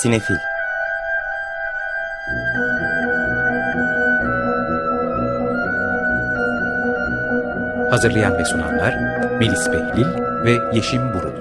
Sinefil. Hazırlayan ve sunanlar Melis Behlil ve Yeşim Burul.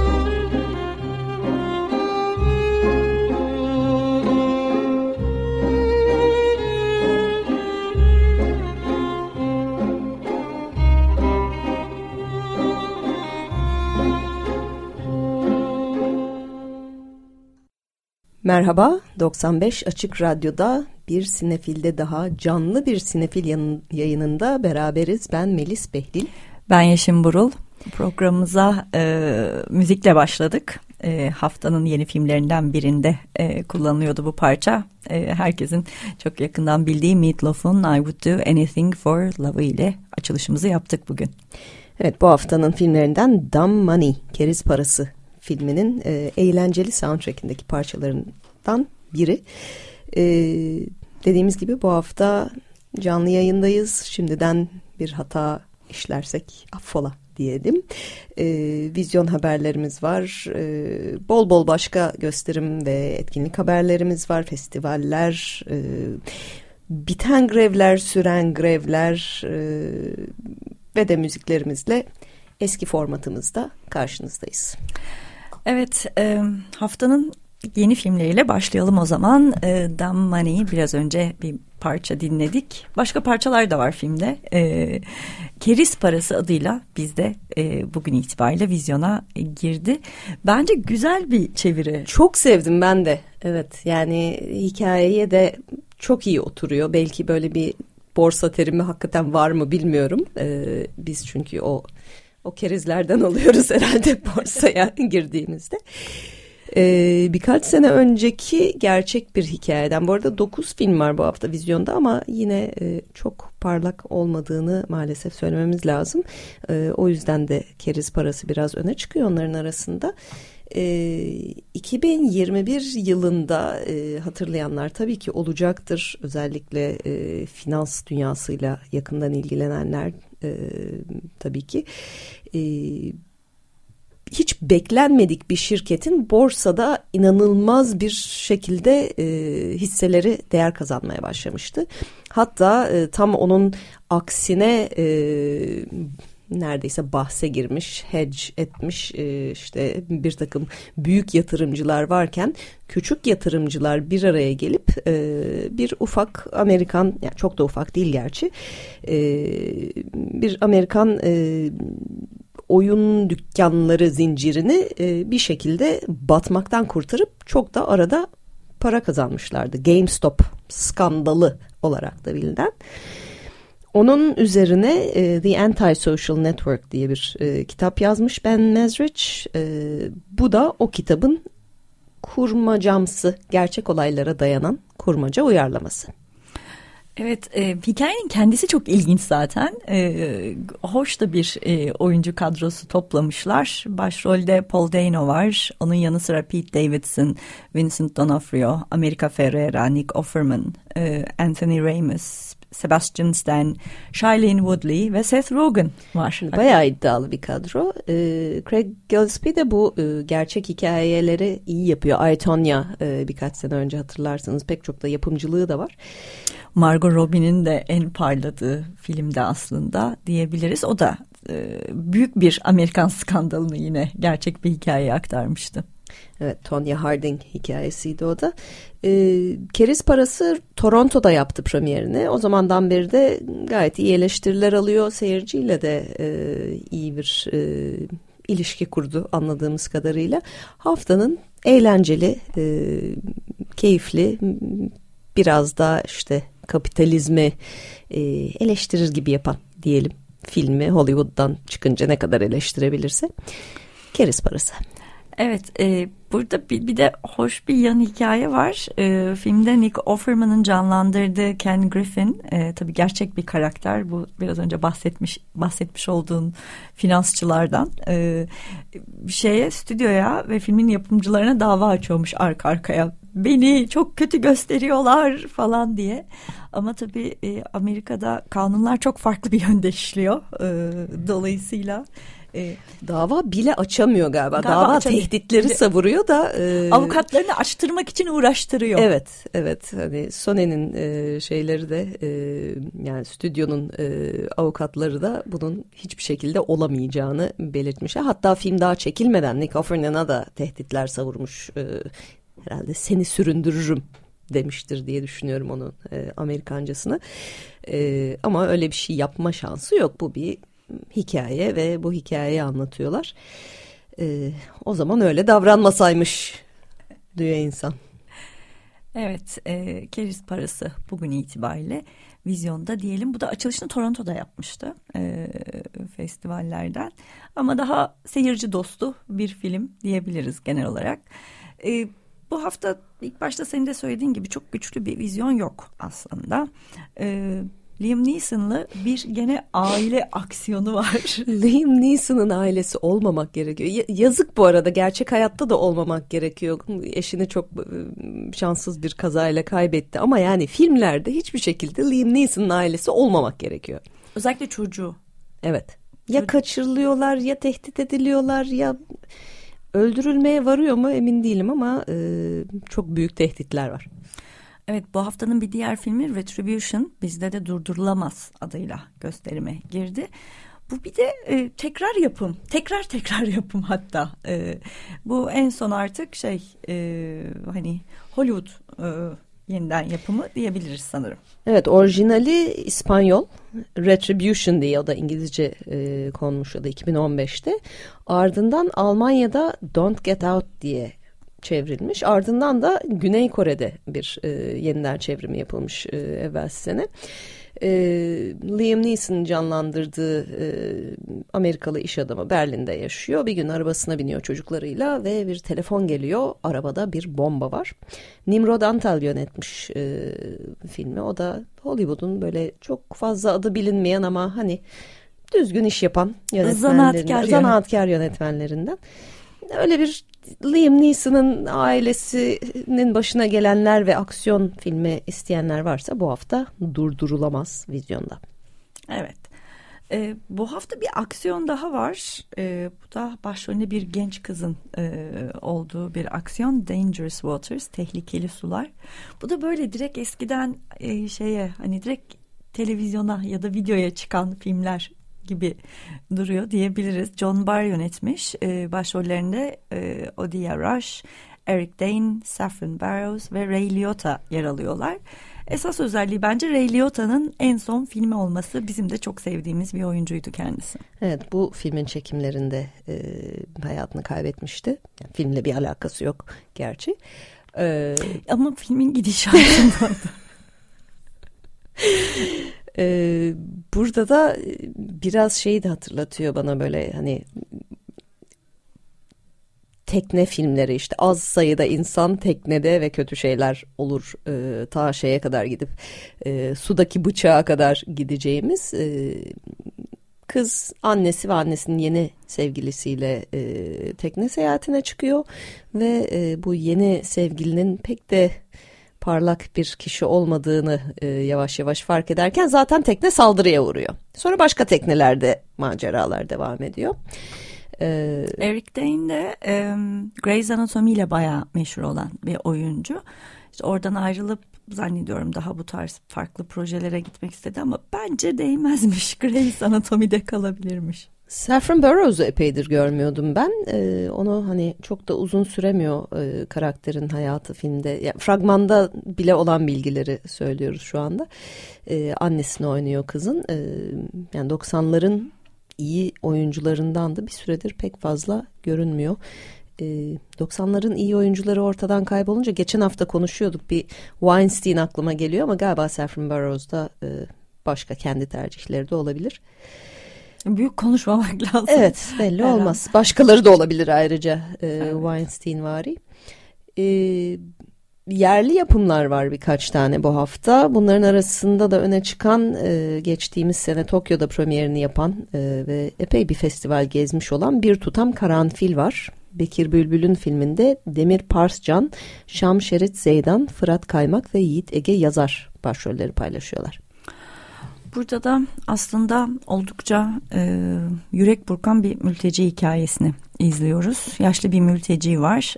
Merhaba, 95 Açık Radyo'da bir Sinefil'de daha canlı bir Sinefil yayınında beraberiz. Ben Melis Behlil. Ben Yeşim Burul. Programımıza müzikle başladık. Haftanın yeni filmlerinden birinde kullanılıyordu bu parça. Herkesin çok yakından bildiği Meat Loaf'un I Would Do Anything For Love ile açılışımızı yaptık bugün. Evet, bu haftanın filmlerinden Dumb Money, Keriz Parası filminin eğlenceli soundtrack'indeki parçalarından biri. Dediğimiz gibi bu hafta canlı yayındayız. Şimdiden bir hata işlersek affola diyelim. Vizyon haberlerimiz var. Bol bol başka gösterim ve etkinlik haberlerimiz var. Festivaller, biten grevler, süren grevler ve de müziklerimizle eski formatımızda karşınızdayız. Evet, haftanın yeni filmleriyle başlayalım o zaman. Dumb Money'i biraz önce bir parça dinledik. Başka parçalar da var filmde. Keriz Parası adıyla bizde bugün itibariyle vizyona girdi. Bence güzel bir çeviri. Çok sevdim ben de. Evet, yani hikayeye de çok iyi oturuyor. Belki böyle bir borsa terimi hakikaten var mı bilmiyorum. Biz çünkü o kerizlerden alıyoruz herhalde borsaya girdiğimizde. Birkaç sene önceki gerçek bir hikayeden. Bu arada 9 film var bu hafta vizyonda ama yine çok parlak olmadığını maalesef söylememiz lazım. O yüzden de Keriz Parası biraz öne çıkıyor onların arasında. 2021 yılında hatırlayanlar tabii ki olacaktır. Özellikle finans dünyasıyla yakından ilgilenenler tabii ki. Hiç beklenmedik bir şirketin borsada inanılmaz bir şekilde hisseleri değer kazanmaya başlamıştı. Hatta tam onun aksine neredeyse bahse girmiş, hedge etmiş işte bir takım büyük yatırımcılar varken küçük yatırımcılar bir araya gelip bir ufak Amerikan, yani çok da ufak değil gerçi, bir Amerikan oyun dükkanları zincirini bir şekilde batmaktan kurtarıp çok da arada para kazanmışlardı. GameStop skandalı olarak da bilinen. Onun üzerine The Anti-Social Network diye bir kitap yazmış Ben Mezrich. Bu da o kitabın kurmacamsı, gerçek olaylara dayanan kurmaca uyarlaması. Evet, hikayenin kendisi çok ilginç zaten. Hoş da bir oyuncu kadrosu toplamışlar. Başrolde Paul Dano var. Onun yanı sıra Pete Davidson, Vincent D'Onofrio, America Ferrera, Nick Offerman, Anthony Ramos, Sebastian Stan, Shailene Woodley ve Seth Rogen var. Bayağı iddialı bir kadro. Craig Gillespie de bu gerçek hikayeleri iyi yapıyor. I, Tonya birkaç sene önce hatırlarsanız pek çok da yapımcılığı da var. Margot Robbie'nin de en parladığı filmde aslında diyebiliriz. O da büyük bir Amerikan skandalını yine gerçek bir hikayeye aktarmıştı. Evet, Tonya Harding hikayesiydi o da. Keriz Parası Toronto'da yaptı premierini. O zamandan beri de gayet iyi eleştiriler alıyor. Seyirciyle de iyi bir ilişki kurdu anladığımız kadarıyla. Haftanın eğlenceli, keyifli, biraz da işte kapitalizmi eleştirir gibi yapan diyelim filmi, Hollywood'dan çıkınca ne kadar eleştirebilirse, Keriz Parası. Evet, burada bir de hoş bir yan hikaye var. Filmde Nick Offerman'ın canlandırdığı Ken Griffin, tabii gerçek bir karakter. Bu biraz önce bahsetmiş olduğun finansçılardan. Stüdyoya ve filmin yapımcılarına dava açıyormuş arka arkaya. Beni çok kötü gösteriyorlar falan diye. Ama tabii Amerika'da kanunlar çok farklı bir yönde işliyor. Dolayısıyla Dava bile açamıyor galiba. Dava tehditleri savuruyor da. Avukatlarını açtırmak için uğraştırıyor. Evet. Hani Sony'nin şeyleri de yani stüdyonun avukatları da bunun hiçbir şekilde olamayacağını belirtmiş. Hatta film daha çekilmeden Nick Offernan'a da tehditler savurmuş. Herhalde seni süründürürüm demiştir diye düşünüyorum onun Amerikancasını. Ama öyle bir şey yapma şansı yok. Bu bir hikaye ve bu hikayeyi anlatıyorlar. O zaman öyle davranmasaymış diyor insan. Evet, Keriz Parası bugün itibariyle vizyonda diyelim. Bu da açılışını Toronto'da yapmıştı festivallerden. Ama daha seyirci dostu bir film diyebiliriz genel olarak. Bu hafta ilk başta senin de söylediğin gibi çok güçlü bir vizyon yok aslında. Liam Neeson'lı bir gene aile aksiyonu var. Liam Neeson'ın ailesi olmamak gerekiyor. Yazık bu arada, gerçek hayatta da olmamak gerekiyor. Eşini çok şanssız bir kazayla kaybetti ama yani filmlerde hiçbir şekilde Liam Neeson'ın ailesi olmamak gerekiyor. Özellikle çocuğu. Evet. Ya kaçırılıyorlar ya tehdit ediliyorlar ya öldürülmeye varıyor mu emin değilim ama çok büyük tehditler var. Evet, bu haftanın bir diğer filmi Retribution bizde de Durdurulamaz adıyla gösterime girdi. Bu bir de tekrar yapım hatta. Bu en son artık hani Hollywood yeniden yapımı diyebiliriz sanırım. Evet, orijinali İspanyol, Retribution diye, o da İngilizce konmuş, o da 2015'te. Ardından Almanya'da Don't Get Out diye çevrilmiş. Ardından da Güney Kore'de bir yeniden çevrimi yapılmış evvelsi sene. Liam Neeson canlandırdığı Amerikalı iş adamı Berlin'de yaşıyor. Bir gün arabasına biniyor çocuklarıyla ve bir telefon geliyor. Arabada bir bomba var. Nimrod Antal yönetmiş filmi. O da Hollywood'un böyle çok fazla adı bilinmeyen ama hani düzgün iş yapan yönetmenlerinden, zanaatkar yönetmenlerinden. Öyle bir Liam Neeson'ın ailesinin başına gelenler ve aksiyon filmi isteyenler varsa bu hafta Durdurulamaz vizyonda. Evet. Bu hafta bir aksiyon daha var. Bu da başrolünde bir genç kızın olduğu bir aksiyon. Dangerous Waters, Tehlikeli Sular. Bu da böyle direkt eskiden hani direkt televizyona ya da videoya çıkan filmler gibi duruyor diyebiliriz. John Barr yönetmiş. Başrollerinde Odia Rush, Eric Dane, Saffron Burrows ve Ray Liotta yer alıyorlar. Esas özelliği bence Ray Liotta'nın en son filmi olması. Bizim de çok sevdiğimiz bir oyuncuydu kendisi. Evet, bu filmin çekimlerinde hayatını kaybetmişti. Yani filmle bir alakası yok gerçi. Ama filmin gidişatında. Burada da biraz şeyi de hatırlatıyor bana, böyle hani tekne filmleri, işte az sayıda insan teknede ve kötü şeyler olur, ta şeye kadar gidip sudaki bıçağa kadar gideceğimiz. Kız annesi ve annesinin yeni sevgilisiyle tekne seyahatine çıkıyor ve bu yeni sevgilinin pek de parlak bir kişi olmadığını yavaş yavaş fark ederken zaten tekne saldırıya uğruyor. Sonra başka teknelerde maceralar devam ediyor. Eric Dane de Grey's Anatomy ile bayağı meşhur olan bir oyuncu. İşte oradan ayrılıp zannediyorum daha bu tarz farklı projelere gitmek istedi ama bence değmezmiş. Grey's Anatomy'de kalabilirmiş. Saffron Burrows'u epeydir görmüyordum ben. Onu hani çok da uzun süremiyor karakterin hayatı filmde. Yani fragmanda bile olan bilgileri söylüyoruz şu anda. Annesini oynuyor kızın. Yani 90'ların iyi oyuncularından da bir süredir pek fazla görünmüyor. 90'ların iyi oyuncuları ortadan kaybolunca geçen hafta konuşuyorduk. Bir Weinstein aklıma geliyor ama galiba Saffron Burrows'da başka kendi tercihleri de olabilir. Büyük konuşmamak lazım. Evet, belli olmaz. Başkaları da olabilir ayrıca Weinstein-vari. Yerli yapımlar var birkaç tane bu hafta. Bunların arasında da öne çıkan geçtiğimiz sene Tokyo'da premierini yapan ve epey bir festival gezmiş olan Bir Tutam Karanfil var. Bekir Bülbül'ün filminde Demir Parscan, Şam Şerit Zeydan, Fırat Kaymak ve Yiğit Ege Yazar başrolleri paylaşıyorlar. burada da aslında oldukça yürek burkan bir mülteci hikayesini izliyoruz. Yaşlı bir mülteci var.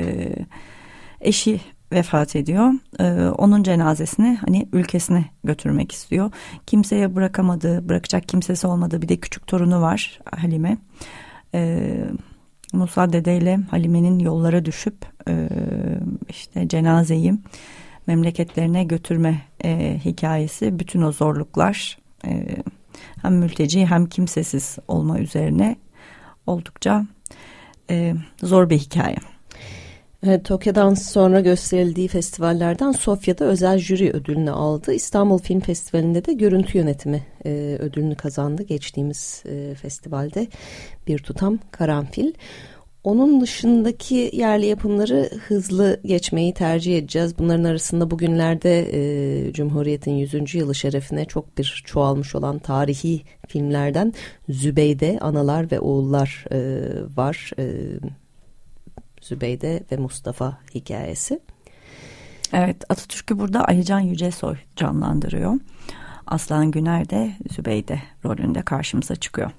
Eşi vefat ediyor. Onun cenazesini hani ülkesine götürmek istiyor. Kimseye bırakamadığı, bırakacak kimsesi olmadığı bir de küçük torunu var Halime. Musa Dede ile Halime'nin yollara düşüp işte cenazeyi memleketlerine götürme hikayesi. Bütün o zorluklar hem mülteci hem kimsesiz olma üzerine oldukça zor bir hikaye. Tokyo'dan sonra gösterildiği festivallerden Sofya'da özel jüri ödülünü aldı. İstanbul Film Festivali'nde de görüntü yönetimi ödülünü kazandı. Geçtiğimiz festivalde bir tutam karanfil. Onun dışındaki yerli yapımları hızlı geçmeyi tercih edeceğiz. Bunların arasında bugünlerde Cumhuriyet'in 100. yılı şerefine çok bir çoğalmış olan tarihi filmlerden Zübeyde, Analar ve Oğullar var. Zübeyde ve Mustafa hikayesi. Evet, Atatürk'ü burada Alican Yücesoy canlandırıyor. Aslan Güner de Zübeyde rolünde karşımıza çıkıyor.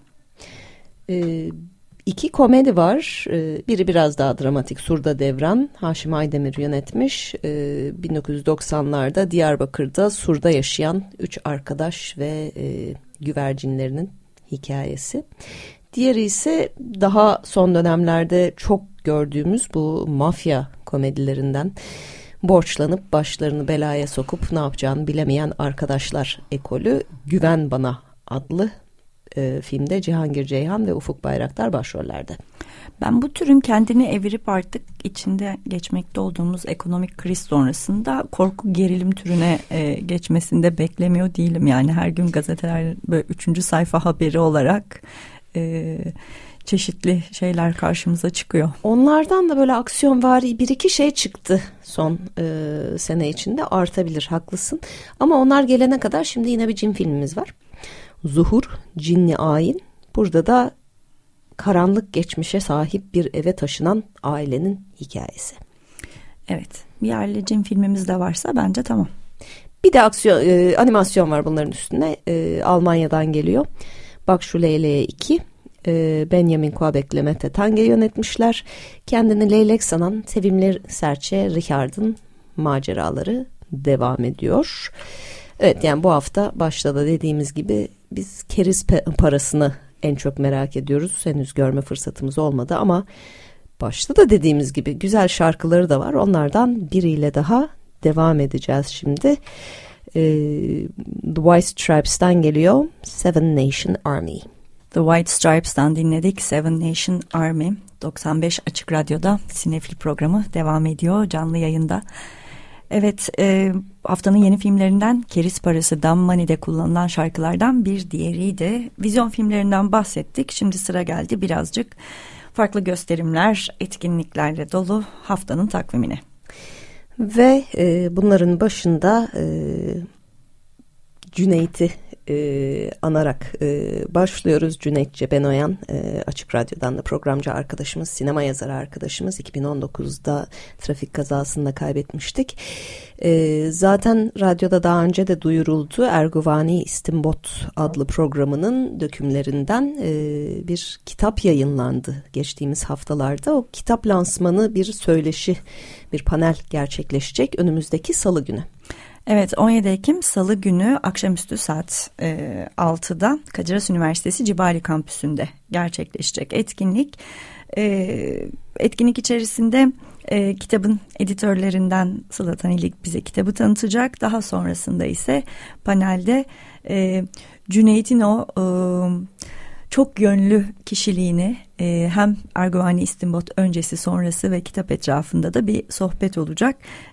İki komedi var. Biri biraz daha dramatik. Surda Devran, Haşim Aydemir yönetmiş. 1990'larda Diyarbakır'da Sur'da yaşayan 3 arkadaş ve güvercinlerinin hikayesi. Diğeri ise daha son dönemlerde çok gördüğümüz bu mafya komedilerinden, borçlanıp başlarını belaya sokup ne yapacağını bilemeyen arkadaşlar ekolü. Güven Bana adlı filmde Cihangir Ceyhan ve Ufuk Bayraktar başrollerde. Ben bu türün kendini evirip artık içinde geçmekte olduğumuz ekonomik kriz sonrasında korku gerilim türüne geçmesinde beklemiyor değilim. Yani her gün gazeteler böyle 3. sayfa haberi olarak çeşitli şeyler karşımıza çıkıyor. Onlardan da böyle aksiyonvari bir iki şey çıktı son sene içinde, artabilir, haklısın. Ama onlar gelene kadar şimdi yine bir cin filmimiz var. Zuhur, Cinli Ayin. Burada da karanlık geçmişe sahip bir eve taşınan ailenin hikayesi. Evet, bir yerli cin filmimiz de varsa bence tamam. Bir de animasyon var bunların üstüne. Almanya'dan geliyor. Bak şu Leyleğe 2. Benjamin Quabek'le Mette Tange yönetmişler. Kendini leylek sanan sevimli serçe Richard'ın maceraları devam ediyor. Evet, yani bu hafta başta da dediğimiz gibi biz keriz parasını en çok merak ediyoruz. Henüz görme fırsatımız olmadı ama başta da dediğimiz gibi güzel şarkıları da var. Onlardan biriyle daha devam edeceğiz şimdi. The White Stripes'ten geliyor Seven Nation Army. The White Stripes'tan dinledik Seven Nation Army. 95 Açık Radyo'da Sinefil programı devam ediyor canlı yayında. Evet, haftanın yeni filmlerinden Keriz Parası Dumb Money'de kullanılan şarkılardan bir diğeriydi. Vizyon filmlerinden bahsettik. Şimdi sıra geldi birazcık farklı gösterimler, etkinliklerle dolu haftanın takvimine. Ve bunların başında Cüneyt'i anarak başlıyoruz. Cüneyt Cebenoyan Açık Radyo'dan da programcı arkadaşımız, sinema yazarı arkadaşımız. 2019'da trafik kazasında kaybetmiştik. Zaten radyoda daha önce de duyuruldu. Erguvani İstimbot adlı programının dökümlerinden bir kitap yayınlandı geçtiğimiz haftalarda. O kitap lansmanı, bir söyleşi, bir panel gerçekleşecek önümüzdeki Salı günü. Evet, 17 Ekim Salı günü akşamüstü saat 6'da Kadir Has Üniversitesi Cibali Kampüsü'nde gerçekleşecek etkinlik. Etkinlik içerisinde kitabın editörlerinden Sıla Tanilik bize kitabı tanıtacak. Daha sonrasında ise panelde Cüneyt'in o çok yönlü kişiliğini hem Erguvani İstimbot öncesi sonrası ve kitap etrafında da bir sohbet olacak.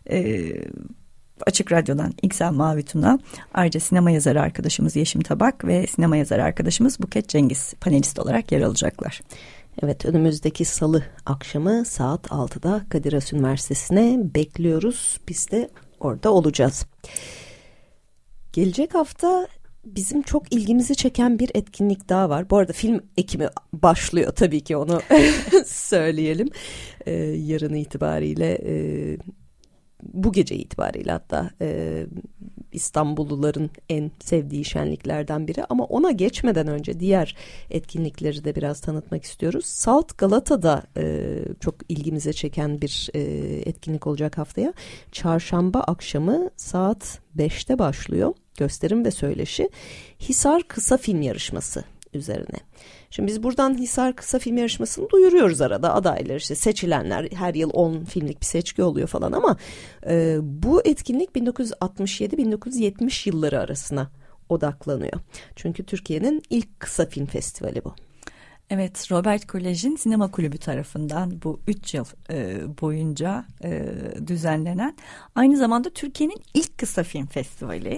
Açık Radyo'dan İksel Mavituna, ayrıca sinema yazarı arkadaşımız Yeşim Tabak ve sinema yazarı arkadaşımız Buket Cengiz panelist olarak yer alacaklar. Evet, önümüzdeki Salı akşamı saat 6'da Kadir Has Üniversitesi'ne bekliyoruz. Biz de orada olacağız. Gelecek hafta bizim çok ilgimizi çeken bir etkinlik daha var. Bu arada film ekimi başlıyor, tabii ki onu söyleyelim. Yarın itibariyle bu gece itibariyle hatta İstanbulluların en sevdiği şenliklerden biri. Ama ona geçmeden önce diğer etkinlikleri de biraz tanıtmak istiyoruz. Salt Galata'da çok ilgimize çeken bir etkinlik olacak haftaya. Çarşamba akşamı saat 5'te başlıyor gösterim ve söyleşi. Hisar Kısa Film Yarışması üzerine. Şimdi biz buradan Hisar Kısa Film Yarışması'nı duyuruyoruz arada, adaylar işte seçilenler, her yıl 10 filmlik bir seçki oluyor falan ama bu etkinlik 1967-1970 yılları arasına odaklanıyor. Çünkü Türkiye'nin ilk kısa film festivali bu. Evet, Robert Kolej'in sinema kulübü tarafından bu 3 yıl boyunca düzenlenen, aynı zamanda Türkiye'nin ilk kısa film festivali.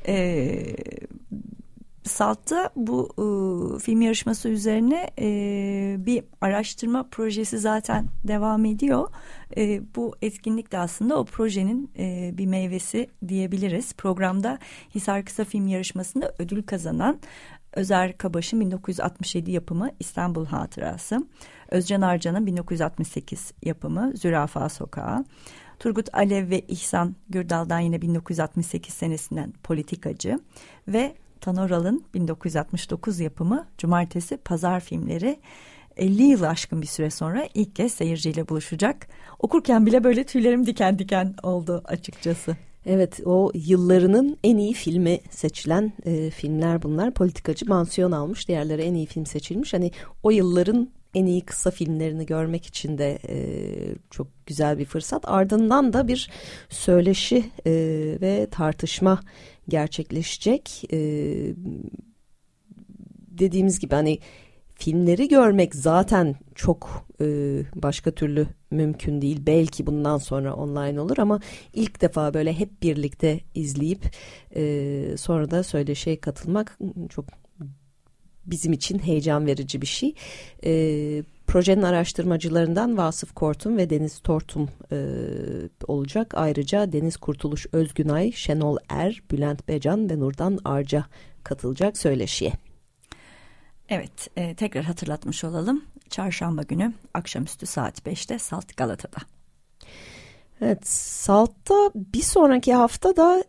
SALT'ta bu film yarışması üzerine bir araştırma projesi zaten devam ediyor. Bu etkinlik de aslında o projenin bir meyvesi diyebiliriz. Programda Hisar Kısa Film Yarışması'nda ödül kazanan Özer Kabaş'ın 1967 yapımı İstanbul Hatırası, Özcan Arcan'ın 1968 yapımı Zürafa Sokağı, Turgut Alev ve İhsan Gürdal'dan yine 1968 senesinden Politikacı ve Tanoral'ın 1969 yapımı Cumartesi Pazar filmleri 50 yıl aşkın bir süre sonra ilk kez seyirciyle buluşacak. Okurken bile böyle tüylerim diken diken oldu açıkçası. Evet, o yıllarının en iyi filmi seçilen filmler bunlar. Politikacı mansiyon almış, diğerleri en iyi film seçilmiş. Hani o yılların en iyi kısa filmlerini görmek için de çok güzel bir fırsat. Ardından da bir söyleşi ve tartışma gerçekleşecek. Dediğimiz gibi hani filmleri görmek zaten çok başka türlü mümkün değil. Belki bundan sonra online olur ama ilk defa böyle hep birlikte izleyip sonra da söyleşiye katılmak çok bizim için heyecan verici bir şey. Projenin araştırmacılarından Vasıf Kortum ve Deniz Tortum olacak. Ayrıca Deniz Kurtuluş Özgünay, Şenol Er, Bülent Becan ve Nurdan Arca katılacak söyleşiye. Evet, tekrar hatırlatmış olalım. Çarşamba günü akşamüstü saat 5'te Salt Galata'da. Evet, Salt'ta bir sonraki hafta da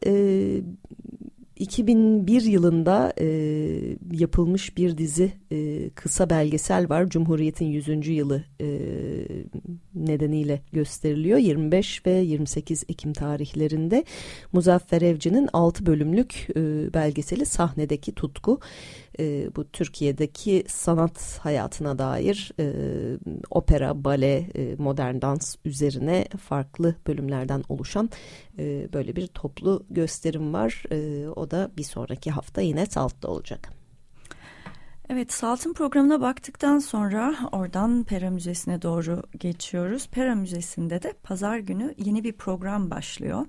2001 yılında yapılmış bir dizi kısa belgesel var. Cumhuriyet'in 100. yılı nedeniyle gösteriliyor. 25 ve 28 Ekim tarihlerinde Muzaffer Evci'nin 6 bölümlük belgeseli Sahnedeki Tutku. Bu Türkiye'deki sanat hayatına dair opera, bale, modern dans üzerine farklı bölümlerden oluşan böyle bir toplu gösterim var. O da bir sonraki hafta yine Salt'ta olacak. Evet, Salt'ın programına baktıktan sonra oradan Pera Müzesi'ne doğru geçiyoruz. Pera Müzesi'nde de pazar günü yeni bir program başlıyor.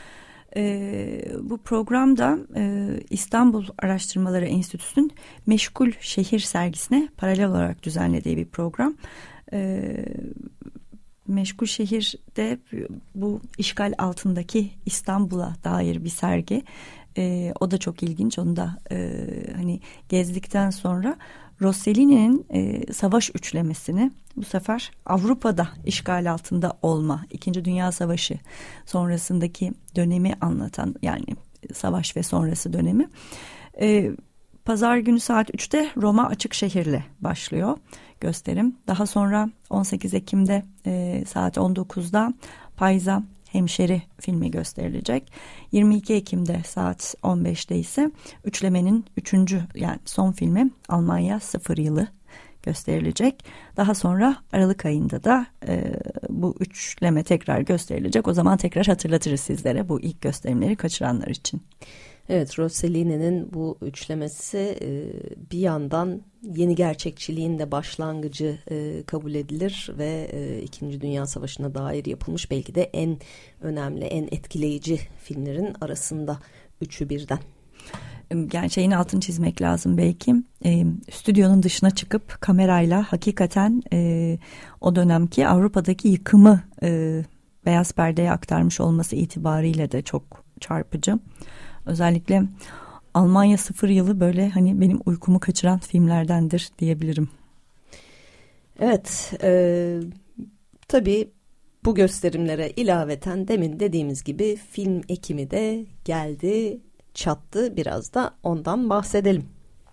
Bu programda İstanbul Araştırmaları Enstitüsü'nün Meşgul Şehir sergisine paralel olarak düzenlediği bir program. Meşgul Şehir'de bu işgal altındaki İstanbul'a dair bir sergi. O da çok ilginç. Onu da hani gezdikten sonra Rossellini'nin savaş üçlemesini, bu sefer Avrupa'da işgal altında olma, İkinci Dünya Savaşı sonrasındaki dönemi anlatan, yani savaş ve sonrası dönemi. Pazar günü saat 3'te Roma Açıkşehir'le başlıyor gösterim. Daha sonra 18 Ekim'de saat 19'da Payza Hemşeri filmi gösterilecek. 22 Ekim'de saat 15'te ise üçlemenin 3. yani son filmi Almanya 0 yılı gösterilecek. Daha sonra Aralık ayında da bu üçleme tekrar gösterilecek. O zaman tekrar hatırlatırız sizlere bu ilk gösterimleri kaçıranlar için. Evet, Rossellini'nin bu üçlemesi bir yandan yeni gerçekçiliğin de başlangıcı kabul edilir ve İkinci Dünya Savaşı'na dair yapılmış belki de en önemli, en etkileyici filmlerin arasında üçü birden. Gerçeğin altını çizmek lazım belki. Stüdyonun dışına çıkıp kamerayla hakikaten o dönemki Avrupa'daki yıkımı beyaz perdeye aktarmış olması itibariyle de çok çarpıcı. Özellikle Almanya 0 yılı böyle hani benim uykumu kaçıran filmlerdendir diyebilirim. Evet, tabii bu gösterimlere ilaveten demin dediğimiz gibi film ekimi de geldi, çattı. Biraz da ondan bahsedelim.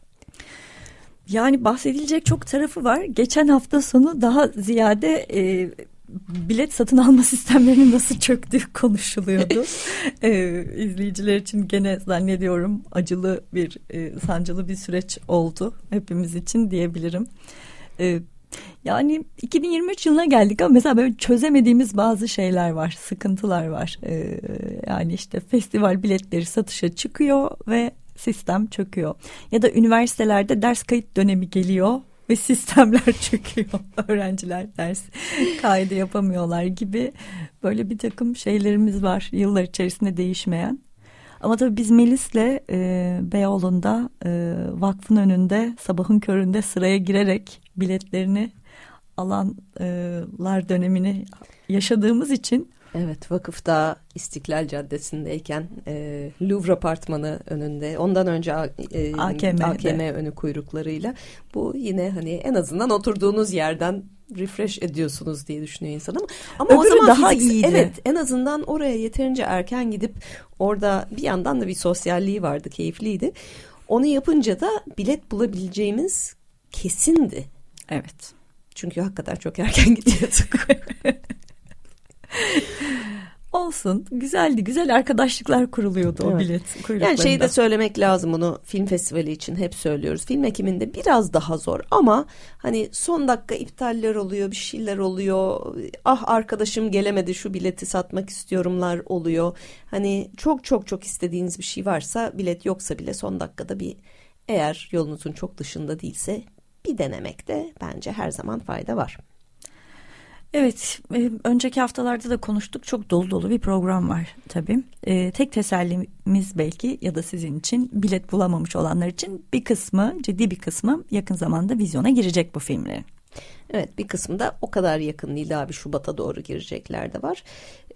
Yani bahsedilecek çok tarafı var. Geçen hafta sonu daha ziyade bilet satın alma sistemlerinin nasıl çöktüğü konuşuluyordu. İzleyiciler için gene zannediyorum acılı bir, sancılı bir süreç oldu hepimiz için diyebilirim. Yani 2023 yılına geldik ama mesela böyle çözemediğimiz bazı şeyler var, sıkıntılar var. Yani işte festival biletleri satışa çıkıyor ve sistem çöküyor. Ya da üniversitelerde ders kayıt dönemi geliyor ve sistemler çöküyor. Öğrenciler ders kaydı yapamıyorlar gibi böyle bir takım şeylerimiz var yıllar içerisinde değişmeyen. Ama tabii biz Melis'le Beyoğlu'nda vakfın önünde sabahın köründe sıraya girerek biletlerini alanlar dönemini yaşadığımız için. Evet, vakıfta İstiklal Caddesi'ndeyken Louvre Apartmanı önünde, ondan önce AKM önü kuyruklarıyla, bu yine hani en azından oturduğunuz yerden refresh ediyorsunuz diye düşünüyor insan ama o zaman daha iyiydi. Evet, en azından oraya yeterince erken gidip orada bir yandan da bir sosyalliği vardı, keyifliydi. Onu yapınca da bilet bulabileceğimiz kesindi. Evet. Çünkü hakikaten çok erken gidiyorduk. Olsun, güzeldi, güzel arkadaşlıklar kuruluyordu o bilet kuyruklarında. Yani şeyi de söylemek lazım, bunu film festivali için hep söylüyoruz. Film ekiminde biraz daha zor ama hani son dakika iptaller oluyor, bir şeyler oluyor. Ah, arkadaşım gelemedi, şu bileti satmak istiyorumlar oluyor. Hani çok çok çok istediğiniz bir şey varsa, bilet yoksa bile son dakikada bir, eğer yolunuzun çok dışında değilse, bir denemekte bence her zaman fayda var. Evet, önceki haftalarda da konuştuk. Çok dolu dolu bir program var tabii. Tek tesellimiz belki, ya da sizin için, bilet bulamamış olanlar için bir kısmı, ciddi bir kısmı yakın zamanda vizyona girecek bu filmlerin. Evet, bir kısmı da o kadar yakın değil, daha bir Şubat'a doğru girecekler de var.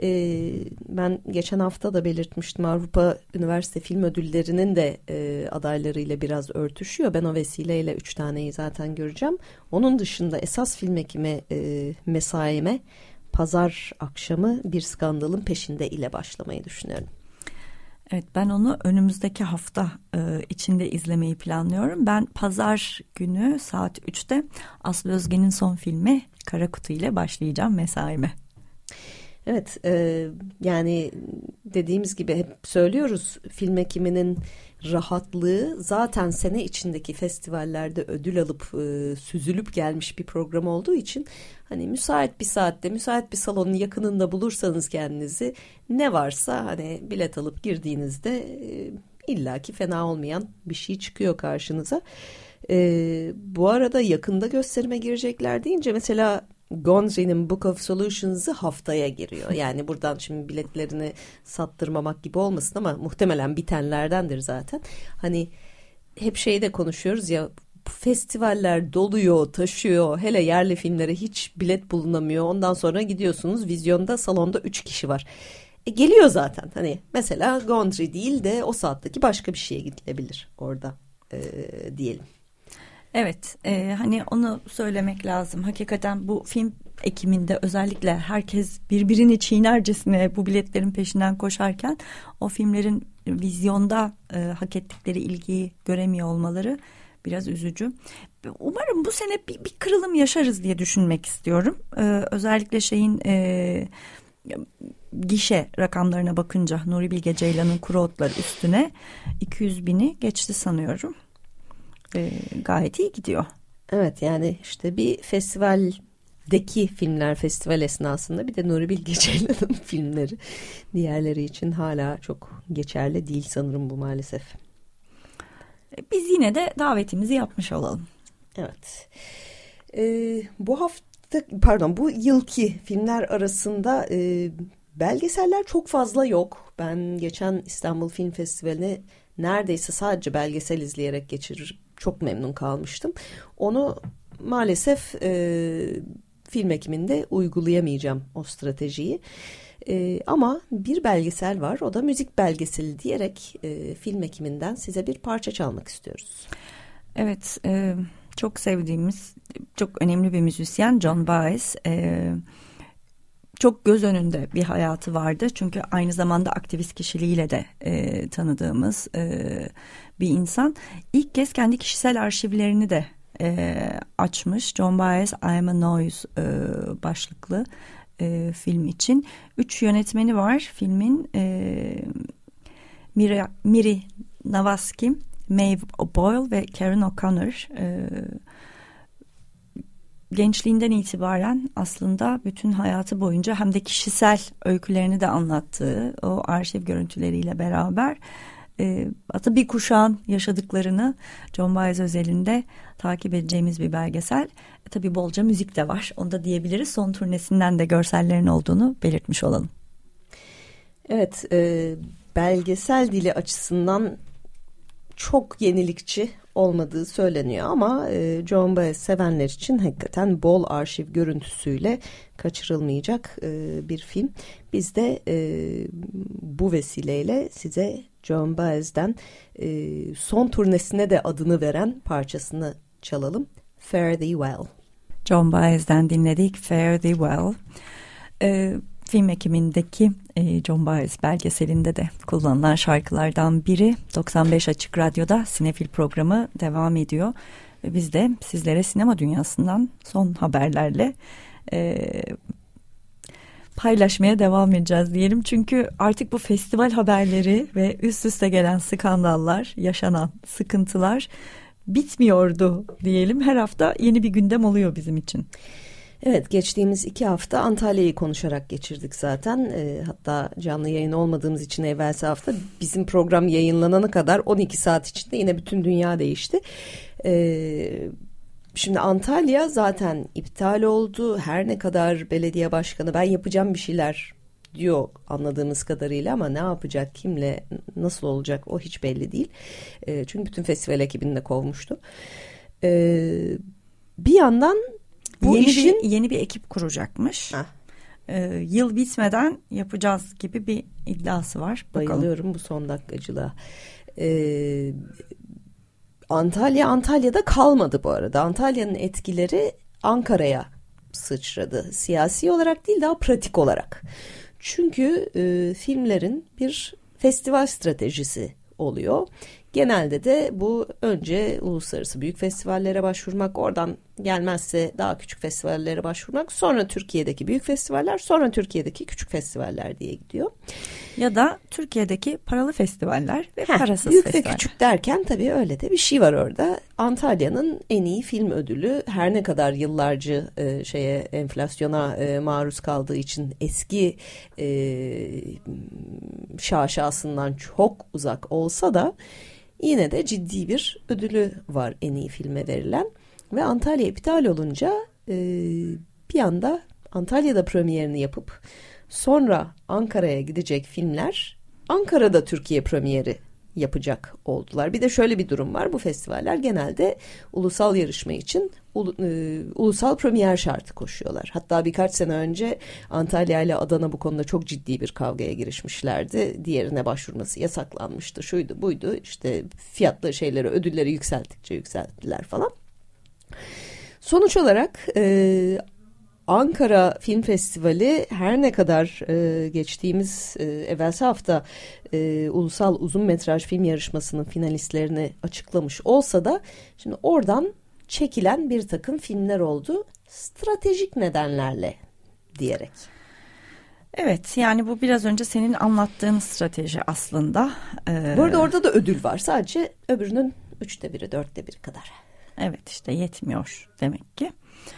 Ben geçen hafta da belirtmiştim, Avrupa Üniversite Film Ödülleri'nin de adaylarıyla biraz örtüşüyor. Ben o vesileyle 3 taneyi zaten göreceğim. Onun dışında esas film ekimi mesaime pazar akşamı Bir Skandalın Peşinde ile başlamayı düşünüyorum. Evet, ben onu önümüzdeki hafta içinde izlemeyi planlıyorum. Ben pazar günü saat 3'te Aslı Özge'nin son filmi Kara Kutu ile başlayacağım mesaime. Evet, yani dediğimiz gibi hep söylüyoruz, film ekiminin rahatlığı zaten sene içindeki festivallerde ödül alıp süzülüp gelmiş bir program olduğu için hani müsait bir saatte, müsait bir salonun yakınında bulursanız kendinizi, ne varsa hani bilet alıp girdiğinizde illaki fena olmayan bir şey çıkıyor karşınıza. Bu arada yakında gösterime girecekler deyince, mesela Gondry'nin Book of Solutions'ı haftaya giriyor. Yani buradan şimdi biletlerini sattırmamak gibi olmasın ama muhtemelen bitenlerdendir zaten. Hani hep şeyde konuşuyoruz ya, festivaller doluyor, taşıyor. Hele yerli filmlere hiç bilet bulunamıyor. Ondan sonra gidiyorsunuz, vizyonda salonda 3 kişi var. Geliyor zaten. Hani mesela Gondry değil de o saatteki başka bir şeye gidilebilir orada diyelim. Evet, hani onu söylemek lazım. Hakikaten bu film ekiminde özellikle herkes birbirini çiğnercesine bu biletlerin peşinden koşarken o filmlerin vizyonda hak ettikleri ilgiyi göremiyor olmaları biraz üzücü. Umarım bu sene bir kırılım yaşarız diye düşünmek istiyorum. Özellikle gişe rakamlarına bakınca Nuri Bilge Ceylan'ın Kuru Otlar üstüne 200.000'i geçti sanıyorum. Gayet iyi gidiyor. Evet, yani işte bir festivaldeki filmler festival esnasında, bir de Nuri Bilge Ceylan'ın filmleri diğerleri için hala çok geçerli değil sanırım bu, maalesef. Biz yine de davetimizi yapmış olalım. Evet. Bu yılki filmler arasında belgeseller çok fazla yok. Ben geçen İstanbul Film Festivali'ne neredeyse sadece belgesel izleyerek çok memnun kalmıştım. Onu maalesef film ekiminde uygulayamayacağım, o stratejiyi. Ama bir belgesel var, o da müzik belgeseli diyerek film ekiminden size bir parça çalmak istiyoruz. Evet, çok sevdiğimiz, çok önemli bir müzisyen John Baez. çok göz önünde bir hayatı vardı. Çünkü aynı zamanda aktivist kişiliğiyle de tanıdığımız bir insan. İlk kez kendi kişisel arşivlerini de açmış. Joan Baez, I Am a Noise başlıklı film için. 3 yönetmeni var filmin. Miri Navaski, Maeve Boyle ve Karen O'Connor. Gençliğinden itibaren aslında bütün hayatı boyunca hem de kişisel öykülerini de anlattığı o arşiv görüntüleriyle beraber hatta bir kuşağın yaşadıklarını Joan Baez özelinde takip edeceğimiz bir belgesel. Tabii bolca müzik de var. Onu da diyebiliriz. Son turnesinden de görsellerin olduğunu belirtmiş olalım. Evet, belgesel dili açısından çok yenilikçi olmadığı söyleniyor ama Joan Baez sevenler için hakikaten bol arşiv görüntüsüyle kaçırılmayacak bir film. Biz de bu vesileyle size Joan Baez'den son turnesine de adını veren parçasını çalalım. Fare Thee Well. Joan Baez'den dinledik Fare Thee Well. Film ekimindeki Joan Baez belgeselinde de kullanılan şarkılardan biri. 95 Açık Radyo'da Sinefil programı devam ediyor. Ve biz de sizlere sinema dünyasından son haberlerle paylaşmaya devam edeceğiz diyelim. Çünkü artık bu festival haberleri ve üst üste gelen skandallar, yaşanan sıkıntılar bitmiyordu diyelim. Her hafta yeni bir gündem oluyor bizim için. Evet, geçtiğimiz 2 hafta Antalya'yı konuşarak geçirdik zaten. Hatta canlı yayın olmadığımız için evvelsi hafta bizim program yayınlanana kadar 12 saat içinde yine bütün dünya değişti. Şimdi Antalya zaten iptal oldu. Her ne kadar belediye başkanı ben yapacağım bir şeyler diyor anladığımız kadarıyla ama ne yapacak, kimle, nasıl olacak o hiç belli değil. Çünkü bütün festival ekibini de kovmuştu. Bir yandan bu yeni bir ekip kuracakmış. Yıl bitmeden yapacağız gibi bir iddiası var. Bakalım. Bayılıyorum bu son dakikacılığa. Antalya'da kalmadı bu arada. Antalya'nın etkileri Ankara'ya sıçradı. Siyasi olarak değil, daha pratik olarak. Çünkü filmlerin bir festival stratejisi oluyor. Genelde de bu önce uluslararası büyük festivallere başvurmak, oradan gelmezse daha küçük festivallere başvurmak, sonra Türkiye'deki büyük festivaller, sonra Türkiye'deki küçük festivaller diye gidiyor. Ya da Türkiye'deki paralı festivaller ve parasız büyük festivaller. Büyük ve küçük derken tabii öyle de bir şey var orada. Antalya'nın en iyi film ödülü her ne kadar yıllarca enflasyona maruz kaldığı için eski şaşasından çok uzak olsa da yine de ciddi bir ödülü var en iyi filme verilen. Ve Antalya iptal olunca bir anda Antalya'da premierini yapıp sonra Ankara'ya gidecek filmler Ankara'da Türkiye premieri yapacak oldular. Bir de şöyle bir durum var. Bu festivaller genelde ulusal yarışma için ulusal premier şartı koşuyorlar. Hatta birkaç sene önce Antalya ile Adana bu konuda çok ciddi bir kavgaya girişmişlerdi. Diğerine başvurması yasaklanmıştı. Şuydu buydu. İşte fiyatlı ödülleri yükselttiler falan. Sonuç olarak Ankara Film Festivali her ne kadar geçtiğimiz evvelsi hafta ulusal uzun metraj film yarışmasının finalistlerini açıklamış olsa da şimdi oradan çekilen bir takım filmler oldu. Stratejik nedenlerle diyerek. Evet, yani bu biraz önce senin anlattığın strateji aslında. Bu arada orada da ödül var. Sadece öbürünün 1/3, 4/1 kadar. Evet, işte yetmiyor demek ki.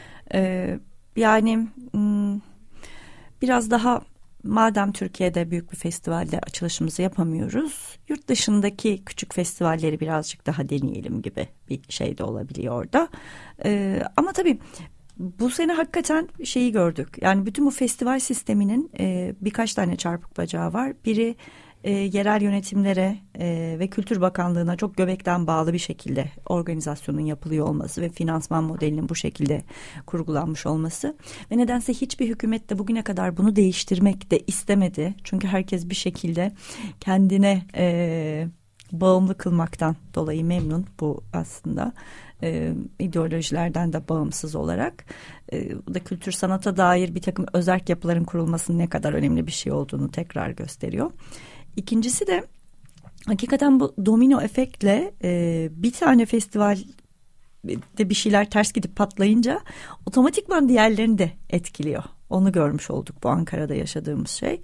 Yani biraz daha madem Türkiye'de büyük bir festivalde açılışımızı yapamıyoruz, yurt dışındaki küçük festivalleri birazcık daha deneyelim gibi bir şey de olabiliyor orada. Ama tabii bu sene hakikaten şeyi gördük. Yani bütün bu festival sisteminin birkaç tane çarpık bacağı var. Biri yerel yönetimlere ve Kültür Bakanlığı'na çok göbekten bağlı bir şekilde organizasyonun yapılıyor olması ve finansman modelinin bu şekilde kurgulanmış olması. Ve nedense hiçbir hükümet de bugüne kadar bunu değiştirmek de istemedi. Çünkü herkes bir şekilde kendine bağımlı kılmaktan dolayı memnun bu aslında. İdeolojilerden de bağımsız olarak. Bu da kültür sanata dair bir takım özerk yapıların kurulmasının ne kadar önemli bir şey olduğunu tekrar gösteriyor. İkincisi de hakikaten bu domino efektle bir tane festivalde bir şeyler ters gidip patlayınca otomatikman diğerlerini de etkiliyor. Onu görmüş olduk bu Ankara'da yaşadığımız şey.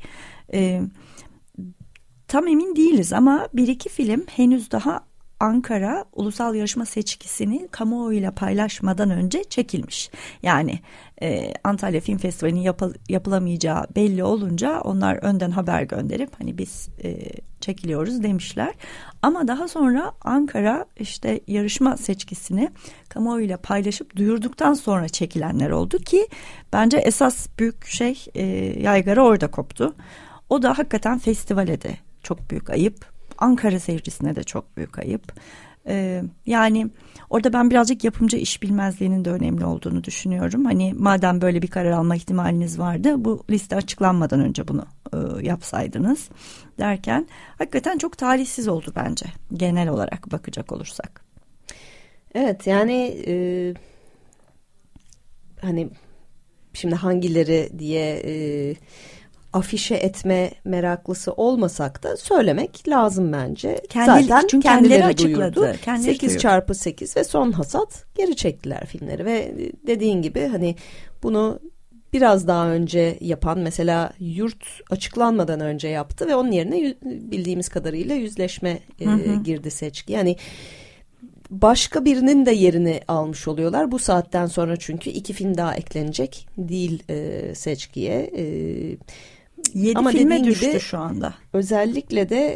Tam emin değiliz ama bir iki film henüz daha Ankara ulusal yarışma seçkisini kamuoyuyla paylaşmadan önce çekilmiş. Yani Antalya Film Festivali'nin yapılamayacağı belli olunca onlar önden haber gönderip hani biz çekiliyoruz demişler. Ama daha sonra Ankara işte yarışma seçkisini kamuoyuyla paylaşıp duyurduktan sonra çekilenler oldu ki bence esas büyük şey yaygara orada koptu. O da hakikaten festivale de çok büyük ayıp. Ankara seyircisine de çok büyük ayıp. Yani orada ben birazcık yapımcı iş bilmezliğinin de önemli olduğunu düşünüyorum. Hani madem böyle bir karar alma ihtimaliniz vardı, bu liste açıklanmadan önce bunu yapsaydınız derken hakikaten çok talihsiz oldu bence genel olarak bakacak olursak. Evet yani hani şimdi hangileri diye afişe etme meraklısı olmasak da söylemek lazım bence. Zaten çünkü kendileri açıkladı. 8x8 ve Son Hasat geri çektiler filmleri ve dediğin gibi hani bunu biraz daha önce yapan mesela Yurt açıklanmadan önce yaptı ve onun yerine bildiğimiz kadarıyla Yüzleşme girdi seçki. Yani başka birinin de yerini almış oluyorlar bu saatten sonra çünkü 2 film daha eklenecek değil seçkiye. 7 ama filme düştü gibi, şu anda. Özellikle de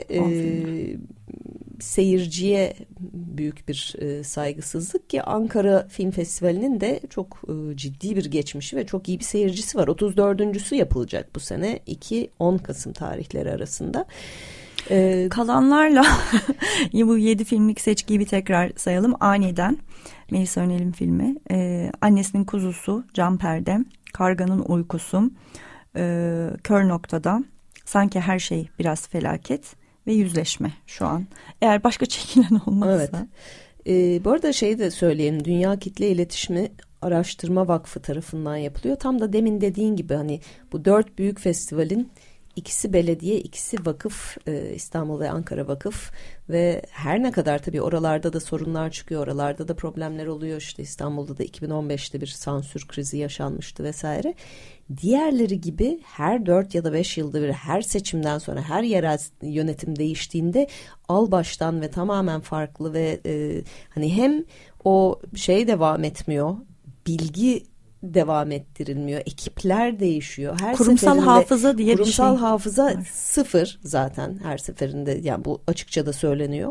seyirciye büyük bir saygısızlık ki Ankara Film Festivali'nin de çok ciddi bir geçmişi ve çok iyi bir seyircisi var. 34.'sü yapılacak bu sene 2-10 Kasım tarihleri arasında. Kalanlarla bu 7 filmlik seçkiyi bir tekrar sayalım. Aniden Melisa Önel'in filmi, Annesinin Kuzusu, Can Perdem, Karganın Uykusu, Kör Noktada, Sanki Her Şey Biraz Felaket ve Yüzleşme şu an. Eğer başka çekilen olmazsa. Evet. Bu arada şeyi de söyleyelim. Dünya Kitle İletişimi Araştırma Vakfı tarafından yapılıyor. Tam da demin dediğin gibi hani bu 4 büyük festivalin ikisi belediye, ikisi vakıf, İstanbul ve Ankara vakıf ve her ne kadar tabii oralarda da sorunlar çıkıyor, oralarda da problemler oluyor. İşte İstanbul'da da 2015'te bir sansür krizi yaşanmıştı vesaire. Diğerleri gibi her 4 ya da 5 yılda bir her seçimden sonra her yerel yönetim değiştiğinde al baştan ve tamamen farklı ve hani hem o şey devam etmiyor, bilgi devam ettirilmiyor. Ekipler değişiyor. Her kurumsal hafıza diye bir şey. Kurumsal hafıza sıfır zaten her seferinde yani bu açıkça da söyleniyor.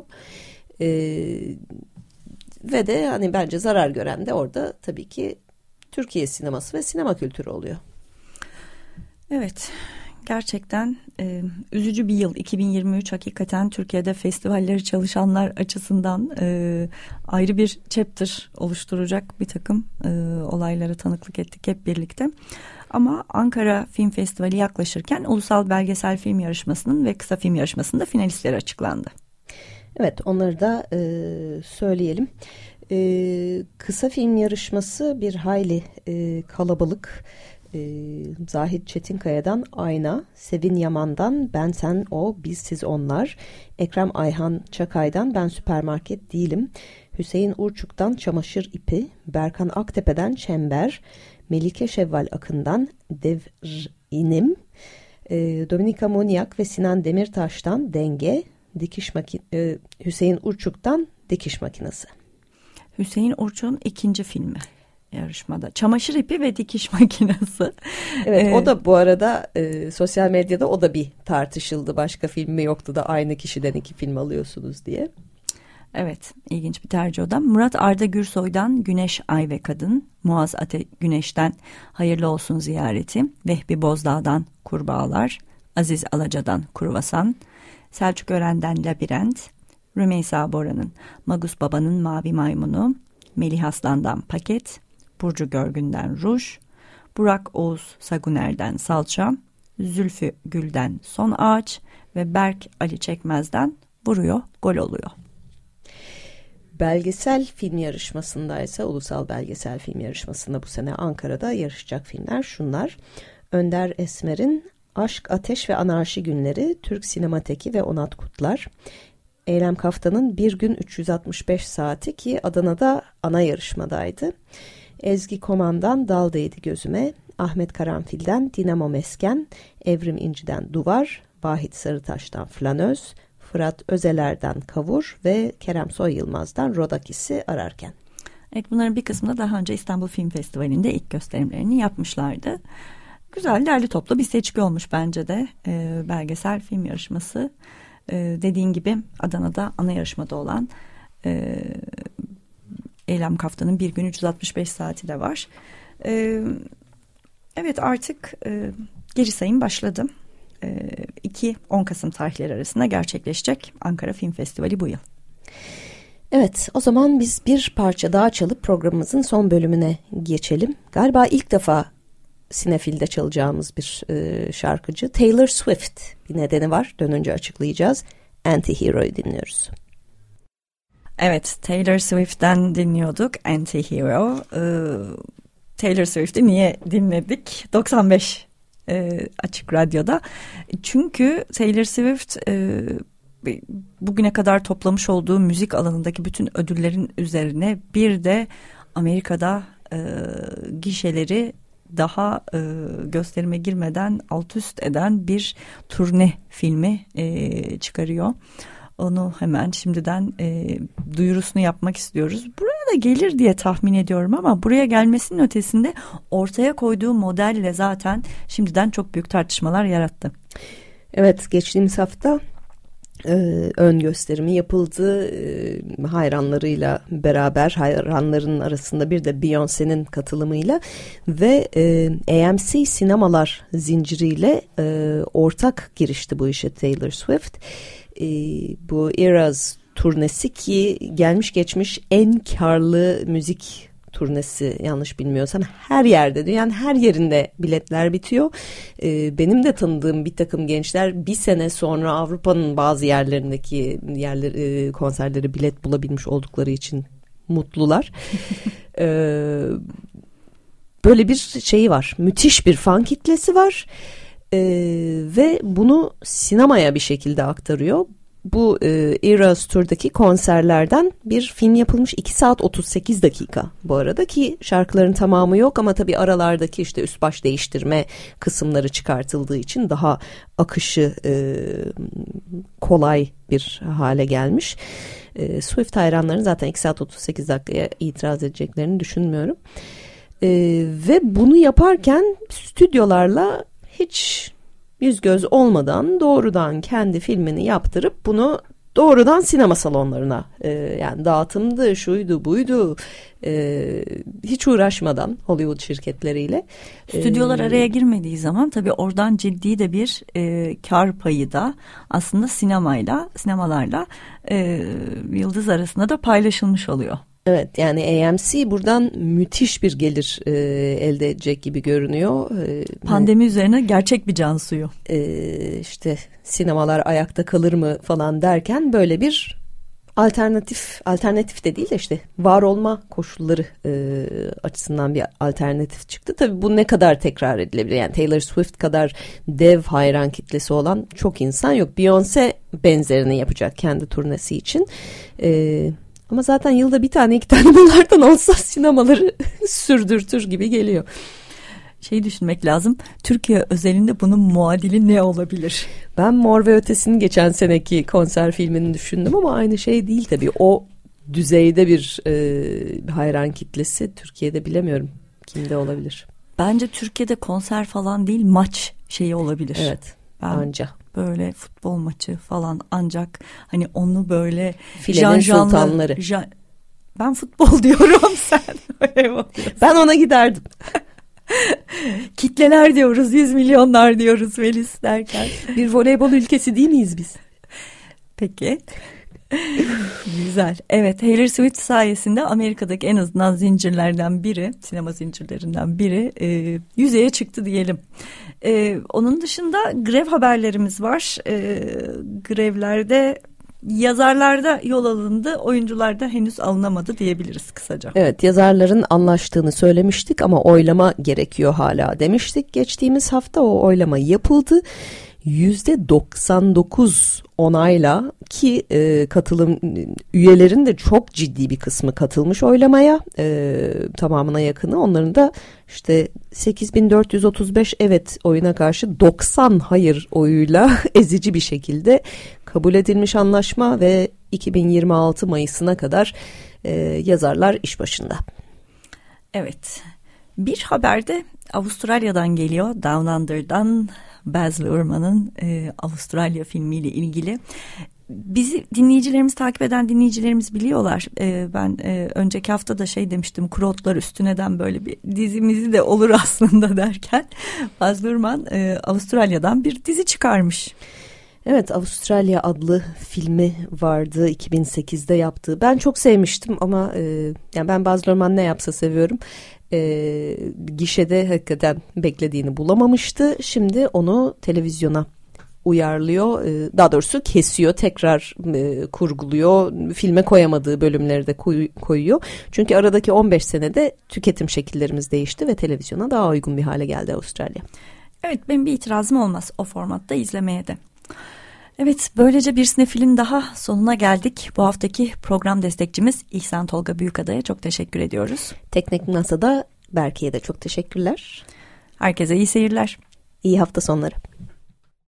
Ve de hani bence zarar gören de orada tabii ki Türkiye sineması ve sinema kültürü oluyor. Evet. Gerçekten üzücü bir yıl 2023 hakikaten Türkiye'de festivalleri çalışanlar açısından ayrı bir chapter oluşturacak bir takım olaylara tanıklık ettik hep birlikte. Ama Ankara Film Festivali yaklaşırken Ulusal Belgesel Film Yarışması'nın ve Kısa Film Yarışması'nın da finalistleri açıklandı. Evet onları da söyleyelim. Kısa film yarışması bir hayli kalabalık. Zahit Çetinkaya'dan Ayna, Sevin Yaman'dan Ben Sen O Biz Siz Onlar, Ekrem Ayhan Çakay'dan Ben Süpermarket Değilim, Hüseyin Urçuk'tan Çamaşır İpi, Berkan Aktepe'den Çember, Melike Şevval Akın'dan Devrinim, Dominika Moniak ve Sinan Demirtaş'tan Denge, Hüseyin Urçuk'tan Dikiş Makinesi. Hüseyin Urçuk'un ikinci filmi yarışmada. Çamaşır ipi ve dikiş makinesi. Evet o da bu arada sosyal medyada o da bir tartışıldı. Başka film mi yoktu da aynı kişiden 2 film alıyorsunuz diye. Evet ilginç bir tercih o da. Murat Arda Gürsoy'dan Güneş, Ay ve Kadın, Muaz Ate Güneş'ten Hayırlı Olsun Ziyareti, Vehbi Bozdağ'dan Kurbağalar, Aziz Alaca'dan Kruvasan, Selçuk Ören'den Labirent, Rümeysa Bora'nın Magus Baba'nın Mavi Maymunu, Melih Aslan'dan Paket, Burcu Görgün'den Ruj, Burak Oğuz Saguner'den Salça, Zülfü Gül'den Son Ağaç ve Berk Ali Çekmez'den vuruyor, gol oluyor. Belgesel film yarışmasında ise Ulusal Belgesel Film Yarışması'nda bu sene Ankara'da yarışacak filmler şunlar. Önder Esmer'in Aşk, Ateş ve Anarşi Günleri, Türk Sinemateki ve Onat Kutlar. Eylem Kaftan'ın Bir Gün 365 Saati ki Adana'da ana yarışmadaydı. Ezgi Koman'dan Dal Değdi Gözüme, Ahmet Karanfil'den Dinamo Mesken, Evrim İnci'den Duvar, Vahit Sarıtaş'tan Flanöz, Fırat Özeler'den Kavur ve Kerem Soy Yılmaz'dan Rodakis'i Ararken. Evet, bunların bir kısmını daha önce İstanbul Film Festivali'nde ilk gösterimlerini yapmışlardı. Güzel, derli toplu bir seçki olmuş bence de belgesel film yarışması. Dediğin gibi Adana'da ana yarışmada olan Eylem Kaftan'ın Bir Gün 365 Saati de var. Evet, artık geri sayım başladı. 2-10 Kasım tarihleri arasında gerçekleşecek Ankara Film Festivali bu yıl. Evet, o zaman biz bir parça daha çalıp programımızın son bölümüne geçelim. Galiba ilk defa Sinefil'de çalacağımız bir şarkıcı Taylor Swift. Bir nedeni var, dönünce açıklayacağız. Anti-Hero'yu dinliyoruz. Evet, Taylor Swift'ten dinliyorduk Anti-Hero. Taylor Swift'i niye dinledik? 95 Açık Radyo'da. Çünkü Taylor Swift bugüne kadar toplamış olduğu müzik alanındaki bütün ödüllerin üzerine bir de Amerika'da gişeleri daha gösterime girmeden alt üst eden bir turne filmi çıkarıyor. Onu hemen şimdiden duyurusunu yapmak istiyoruz. Buraya da gelir diye tahmin ediyorum ama buraya gelmesinin ötesinde ortaya koyduğu modelle zaten şimdiden çok büyük tartışmalar yarattı. Evet, geçtiğimiz hafta ön gösterimi yapıldı. Hayranlarıyla beraber, hayranların arasında bir de Beyoncé'nin katılımıyla ve AMC sinemalar zinciriyle ortak girişti bu işe Taylor Swift. Bu Eras turnesi ki gelmiş geçmiş en karlı müzik turnesi, yanlış bilmiyorsam her yerde, dünyanın her yerinde biletler bitiyor. Benim de tanıdığım bir takım gençler bir sene sonra Avrupa'nın bazı yerlerindeki konserlere bilet bulabilmiş oldukları için mutlular. Böyle bir şeyi var, müthiş bir fan kitlesi var. Ve bunu sinemaya bir şekilde aktarıyor. Bu Eras Tour'daki konserlerden bir film yapılmış, 2 saat 38 dakika bu arada, ki şarkıların tamamı yok ama tabii aralardaki işte üst baş değiştirme kısımları çıkartıldığı için daha akışı kolay bir hale gelmiş. Swift hayranların zaten 2 saat 38 dakikaya itiraz edeceklerini düşünmüyorum. Ve bunu yaparken stüdyolarla hiç yüz göz olmadan doğrudan kendi filmini yaptırıp bunu doğrudan sinema salonlarına yani dağıtımdı, şuydu buydu, hiç uğraşmadan Hollywood şirketleriyle. Stüdyolar araya girmediği zaman tabii oradan ciddi de bir kar payı da aslında sinemalarla yıldız arasında da paylaşılmış oluyor. Evet, yani AMC buradan müthiş bir gelir elde edecek gibi görünüyor. Pandemi üzerine gerçek bir can suyu. İşte sinemalar ayakta kalır mı falan derken böyle bir alternatif de değil de işte var olma koşulları açısından bir alternatif çıktı. Tabii bu ne kadar tekrar edilebilir? Yani Taylor Swift kadar dev hayran kitlesi olan çok insan yok. Beyoncé benzerini yapacak kendi turnesi için. Ama zaten yılda bir tane iki tane bunlardan olsa sinemaları sürdürtür gibi geliyor. Düşünmek lazım. Türkiye özelinde bunun muadili ne olabilir? Ben Mor ve Ötesi'nin geçen seneki konser filmini düşündüm ama aynı şey değil tabii. O düzeyde bir hayran kitlesi Türkiye'de bilemiyorum kimde olabilir. Bence Türkiye'de konser falan değil, maç olabilir. Evet, anca. Böyle futbol maçı falan ancak hani onu böyle filenin sultanları. Ben futbol diyorum, sen ben ona giderdim. Kitleler diyoruz, 100 milyonlar diyoruz Melis derken. Bir voleybol ülkesi değil miyiz biz? Peki. Güzel. Evet, Taylor Swift sayesinde Amerika'daki en azından zincirlerden biri, sinema zincirlerinden biri yüzeye çıktı diyelim. Onun dışında grev haberlerimiz var. Grevlerde yazarlarda yol alındı, oyuncularda henüz alınamadı diyebiliriz kısaca. Evet, yazarların anlaştığını söylemiştik ama oylama gerekiyor hala demiştik. Geçtiğimiz hafta o oylama yapıldı. %99 onayla ki katılım üyelerin de çok ciddi bir kısmı katılmış oylamaya, tamamına yakını. Onların da işte 8435 evet oyuna karşı 90 hayır oyuyla ezici bir şekilde kabul edilmiş anlaşma ve 2026 Mayıs'ına kadar yazarlar iş başında. Evet, bir haber de Avustralya'dan geliyor, Down Under'dan. Baz Luhrmann'ın Avustralya filmiyle ilgili. Bizi dinleyicilerimiz, takip eden dinleyicilerimiz biliyorlar. Ben önceki hafta da demiştim, Kurotlar Üstüne'den böyle bir dizimizi de olur aslında derken Baz Luhrmann Avustralya'dan bir dizi çıkarmış. Evet, Avustralya adlı filmi vardı 2008'de yaptığı. Ben çok sevmiştim ama yani ben Baz Luhrmann ne yapsa seviyorum. Gişede hakikaten beklediğini bulamamıştı. Şimdi onu televizyona uyarlıyor. Daha doğrusu kesiyor, tekrar kurguluyor. Filme koyamadığı bölümleri de koyuyor. Çünkü aradaki 15 senede tüketim şekillerimiz değişti ve televizyona daha uygun bir hale geldi Avustralya. Evet, benim bir itirazım olmaz o formatta izlemeye de. Evet, böylece bir sinefilin daha sonuna geldik. Bu haftaki program destekçimiz İhsan Tolga Büyükada'ya çok teşekkür ediyoruz. Teknik Masa'da Berke'ye de çok teşekkürler. Herkese iyi seyirler. İyi hafta sonları.